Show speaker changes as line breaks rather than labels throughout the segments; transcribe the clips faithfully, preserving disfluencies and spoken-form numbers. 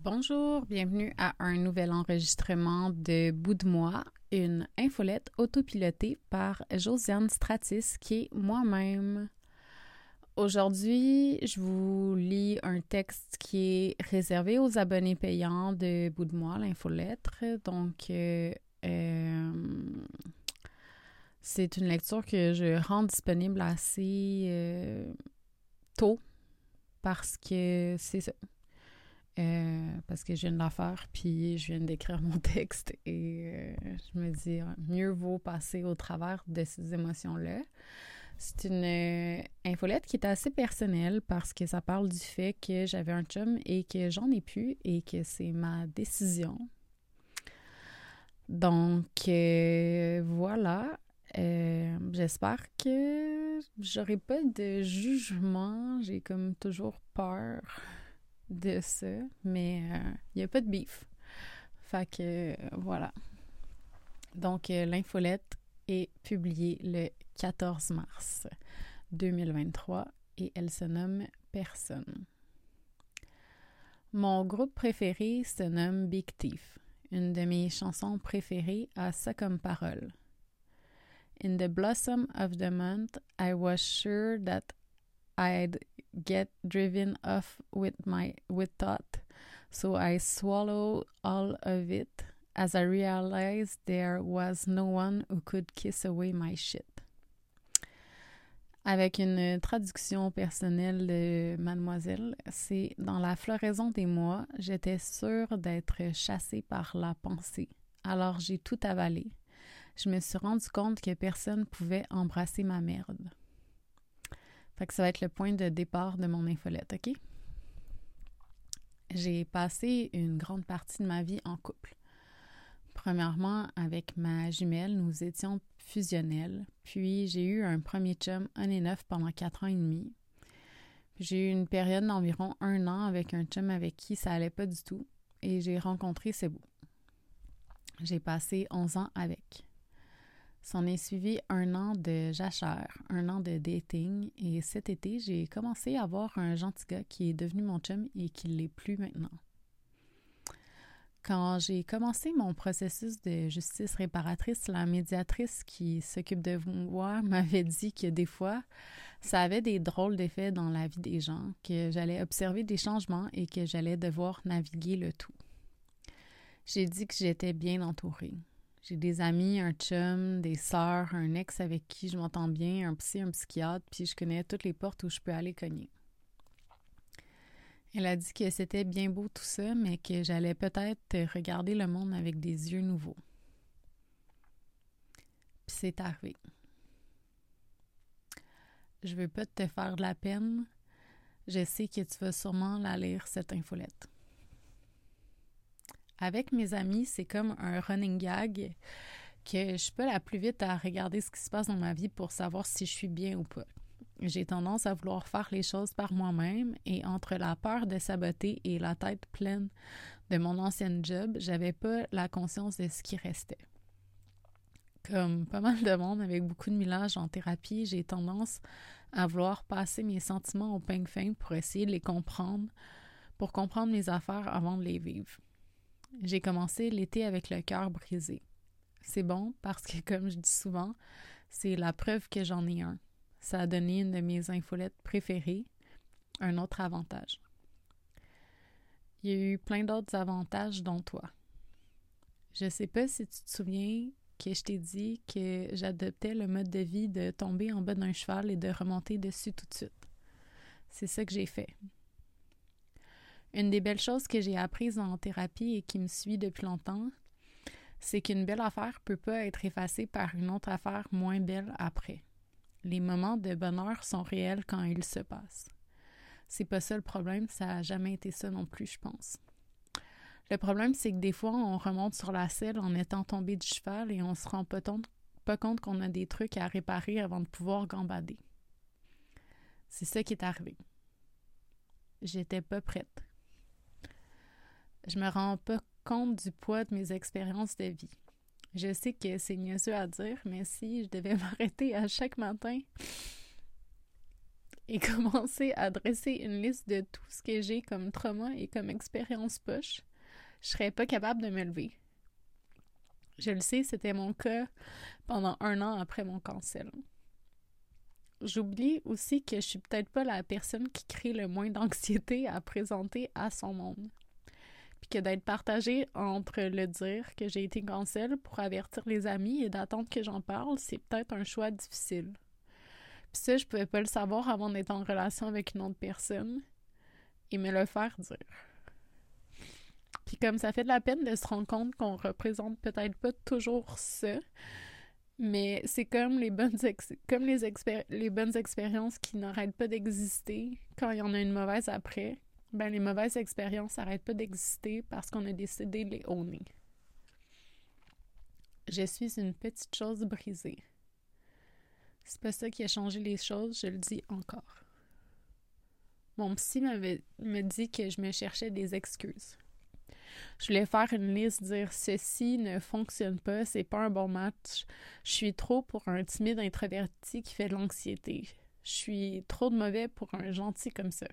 Bonjour, bienvenue à un nouvel enregistrement de Bout de moi, une infolette autopilotée par Josiane Stratis, qui est moi-même. Aujourd'hui, je vous lis un texte qui est réservé aux abonnés payants de Bout de moi, l'infolettre. Donc, euh, euh, c'est une lecture que je rends disponible assez euh, tôt parce que c'est ça. Euh, parce que je viens de la faire, puis je viens d'écrire mon texte et euh, je me dis, mieux vaut passer au travers de ces émotions-là. C'est une euh, infolette qui est assez personnelle parce que ça parle du fait que j'avais un chum et que j'en ai plus et que c'est ma décision. Donc, euh, voilà. Euh, j'espère que j'aurai pas de jugement. J'ai comme toujours peur de ça, mais il euh, n'y a pas de beef. Fait que euh, voilà. Donc, euh, l'infolette est publiée le quatorze mars deux mille vingt-trois et elle se nomme Personne. Mon groupe préféré se nomme Big Thief. Une de mes chansons préférées a ça comme parole. In the blossom of the month, I was sure that I'd get driven off with my with thought, so I swallowed all of it as I realized there was no one who could kiss away my shit. Avec une traduction personnelle de Mademoiselle, c'est dans la floraison des mois, j'étais sûre d'être chassée par la pensée. Alors j'ai tout avalé. Je me suis rendu compte que personne pouvait embrasser ma merde. Fait que ça va être le point de départ de mon infolette, OK? J'ai passé une grande partie de ma vie en couple. Premièrement, avec ma jumelle, nous étions fusionnels. Puis, j'ai eu un premier chum on and off pendant quatre ans et demi. Puis, j'ai eu une période d'environ un an avec un chum avec qui ça allait pas du tout. Et j'ai rencontré Sebou. J'ai passé onze ans avec. S'en est suivi un an de jachère, un an de dating, et cet été, j'ai commencé à avoir un gentil gars qui est devenu mon chum et qui ne l'est plus maintenant. Quand j'ai commencé mon processus de justice réparatrice, la médiatrice qui s'occupe de moi m'avait dit que des fois, ça avait des drôles d'effets dans la vie des gens, que j'allais observer des changements et que j'allais devoir naviguer le tout. J'ai dit que j'étais bien entourée. J'ai des amis, un chum, des sœurs, un ex avec qui je m'entends bien, un psy, un psychiatre, puis je connais toutes les portes où je peux aller cogner. Elle a dit que c'était bien beau tout ça, mais que j'allais peut-être regarder le monde avec des yeux nouveaux. Puis c'est arrivé. Je veux pas te faire de la peine. Je sais que tu vas sûrement la lire, cette infolette. Avec mes amis, c'est comme un running gag que je suis pas la plus vite à regarder ce qui se passe dans ma vie pour savoir si je suis bien ou pas. J'ai tendance à vouloir faire les choses par moi-même et entre la peur de saboter et la tête pleine de mon ancienne job, j'avais pas la conscience de ce qui restait. Comme pas mal de monde avec beaucoup de millage en thérapie, j'ai tendance à vouloir passer mes sentiments au peigne fin pour essayer de les comprendre, pour comprendre mes affaires avant de les vivre. J'ai commencé l'été avec le cœur brisé. C'est bon parce que, comme je dis souvent, c'est la preuve que j'en ai un. Ça a donné une de mes infolettes préférées, un autre avantage. Il y a eu plein d'autres avantages, dont toi. Je sais pas si tu te souviens que je t'ai dit que j'adoptais le mode de vie de tomber en bas d'un cheval et de remonter dessus tout de suite. C'est ça que j'ai fait. Une des belles choses que j'ai apprises en thérapie et qui me suit depuis longtemps, c'est qu'une belle affaire peut pas être effacée par une autre affaire moins belle après. Les moments de bonheur sont réels quand ils se passent. C'est pas ça le problème, ça a jamais été ça non plus, je pense. Le problème, c'est que des fois, on remonte sur la selle en étant tombé du cheval et on se rend pas, ton- pas compte qu'on a des trucs à réparer avant de pouvoir gambader. C'est ça qui est arrivé. J'étais pas prête. Je me rends pas compte du poids de mes expériences de vie. Je sais que c'est niaiseux à dire, mais si je devais m'arrêter à chaque matin et commencer à dresser une liste de tout ce que j'ai comme trauma et comme expérience poche, je serais pas capable de me lever. Je le sais, c'était mon cas pendant un an après mon cancel. J'oublie aussi que je suis peut-être pas la personne qui crée le moins d'anxiété à présenter à son monde. Puis que d'être partagée entre le dire que j'ai été cancel pour avertir les amis et d'attendre que j'en parle, c'est peut-être un choix difficile. Puis ça, je pouvais pas le savoir avant d'être en relation avec une autre personne et me le faire dire. Puis comme ça fait de la peine de se rendre compte qu'on représente peut-être pas toujours ça, mais c'est comme les bonnes ex- comme les, expéri- les bonnes expériences qui n'arrêtent pas d'exister quand il y en a une mauvaise après, ben les mauvaises expériences n'arrêtent pas d'exister parce qu'on a décidé de les owner. Je suis une petite chose brisée. C'est pas ça qui a changé les choses, je le dis encore. Mon psy m'avait me dit que je me cherchais des excuses. Je voulais faire une liste, dire ceci ne fonctionne pas, c'est pas un bon match. Je suis trop pour un timide introverti qui fait de l'anxiété. Je suis trop de mauvais pour un gentil comme ça.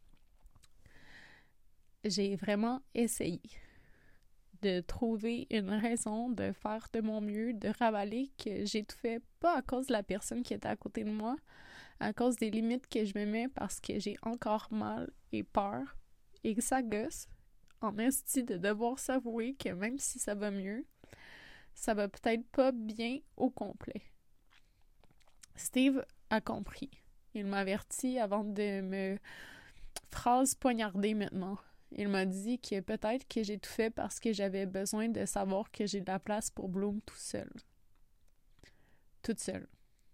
J'ai vraiment essayé de trouver une raison, de faire de mon mieux, de ravaler que j'ai tout fait, pas à cause de la personne qui était à côté de moi, à cause des limites que je me mets parce que j'ai encore mal et peur et que ça gosse, en esti de devoir s'avouer que même si ça va mieux, ça va peut-être pas bien au complet. Steve a compris. Il m'avertit avant de me phrase poignarder maintenant. Il m'a dit que peut-être que j'ai tout fait parce que j'avais besoin de savoir que j'ai de la place pour Bloom tout seul. Toute seule.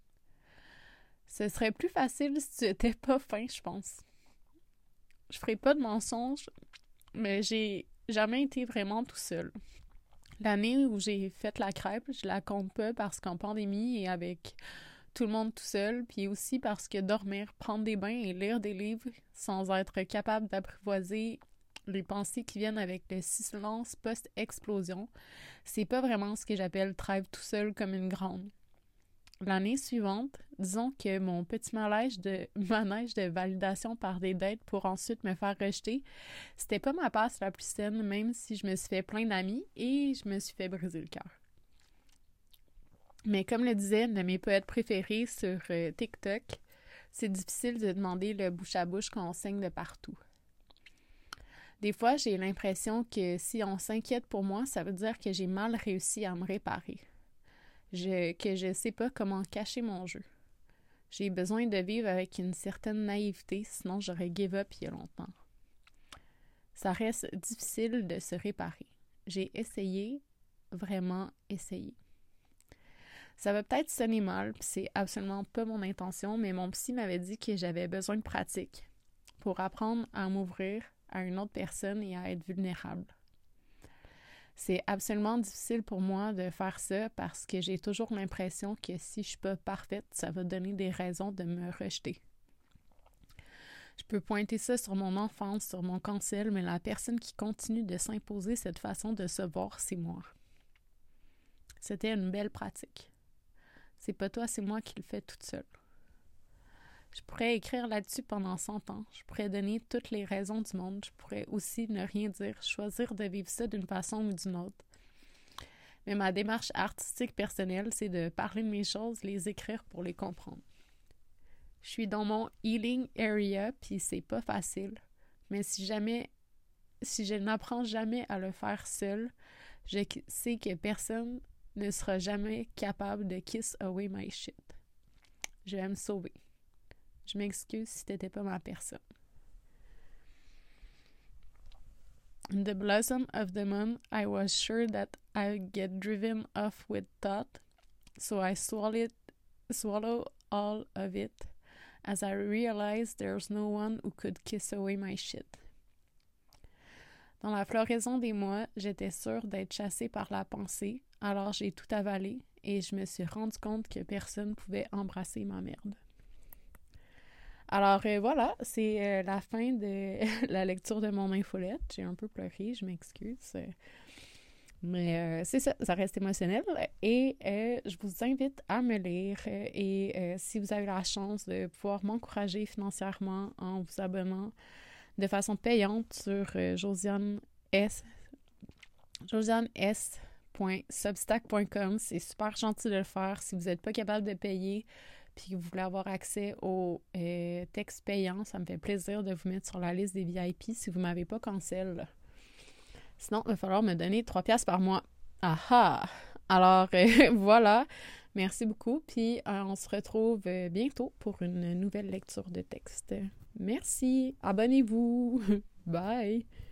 Ce serait plus facile si tu étais pas fin, je pense. Je ferai pas de mensonges, mais j'ai jamais été vraiment tout seul. L'année où j'ai fait la crêpe, je la compte pas parce qu'en pandémie et avec tout le monde tout seul, puis aussi parce que dormir, prendre des bains et lire des livres sans être capable d'apprivoiser les pensées qui viennent avec le silence post-explosion, c'est pas vraiment ce que j'appelle trêve tout seul comme une grande. L'année suivante, disons que mon petit manège de, manège de validation par des dates pour ensuite me faire rejeter, c'était pas ma passe la plus saine, même si je me suis fait plein d'amis et je me suis fait briser le cœur. Mais comme le disait une de mes poètes préférées sur euh, TikTok, c'est difficile de demander le bouche à bouche quand on saigne de partout. Des fois, j'ai l'impression que si on s'inquiète pour moi, ça veut dire que j'ai mal réussi à me réparer. Je, que je sais pas comment cacher mon jeu. J'ai besoin de vivre avec une certaine naïveté, sinon j'aurais give up il y a longtemps. Ça reste difficile de se réparer. J'ai essayé, vraiment essayé. Ça va peut-être sonner mal, puis c'est absolument pas mon intention, mais mon psy m'avait dit que j'avais besoin de pratique pour apprendre à m'ouvrir à une autre personne et à être vulnérable. C'est absolument difficile pour moi de faire ça parce que j'ai toujours l'impression que si je suis pas parfaite, ça va donner des raisons de me rejeter. Je peux pointer ça sur mon enfance, sur mon cancel, mais la personne qui continue de s'imposer cette façon de se voir, c'est moi. C'était une belle pratique. C'est pas toi, c'est moi qui le fais toute seule. Je pourrais écrire là-dessus pendant cent ans. Je pourrais donner toutes les raisons du monde. Je pourrais aussi ne rien dire, choisir de vivre ça d'une façon ou d'une autre. Mais ma démarche artistique personnelle, c'est de parler de mes choses, les écrire pour les comprendre. Je suis dans mon healing area, puis c'est pas facile. Mais si jamais, si je n'apprends jamais à le faire seule, je sais que personne ne sera jamais capable de kiss away my shit. Je vais me sauver. Je m'excuse si t'étais pas ma personne. In the blossom of the moon, I was sure that I'd get driven off with thought, so I swallowed, swallowed all of it as I realized there's no one who could kiss away my shit. Dans la floraison des mois, j'étais sûre d'être chassée par la pensée, alors j'ai tout avalé et je me suis rendu compte que personne pouvait embrasser ma merde. Alors euh, voilà, c'est euh, la fin de la lecture de mon infolette. J'ai un peu pleuré, je m'excuse. Mais euh, c'est ça, ça reste émotionnel. Et euh, je vous invite à me lire. Et euh, si vous avez la chance de pouvoir m'encourager financièrement en vous abonnant de façon payante sur euh, Josiane S. Josiane S. substack point com. C'est super gentil de le faire. Si vous n'êtes pas capable de payer puis que vous voulez avoir accès aux euh, textes payants, ça me fait plaisir de vous mettre sur la liste des V I P si vous ne m'avez pas cancel. Sinon, il va falloir me donner trois piastres par mois. Ah ah! Alors, euh, voilà. Merci beaucoup. Puis, euh, on se retrouve euh, bientôt pour une nouvelle lecture de texte. Merci. Abonnez-vous. Bye!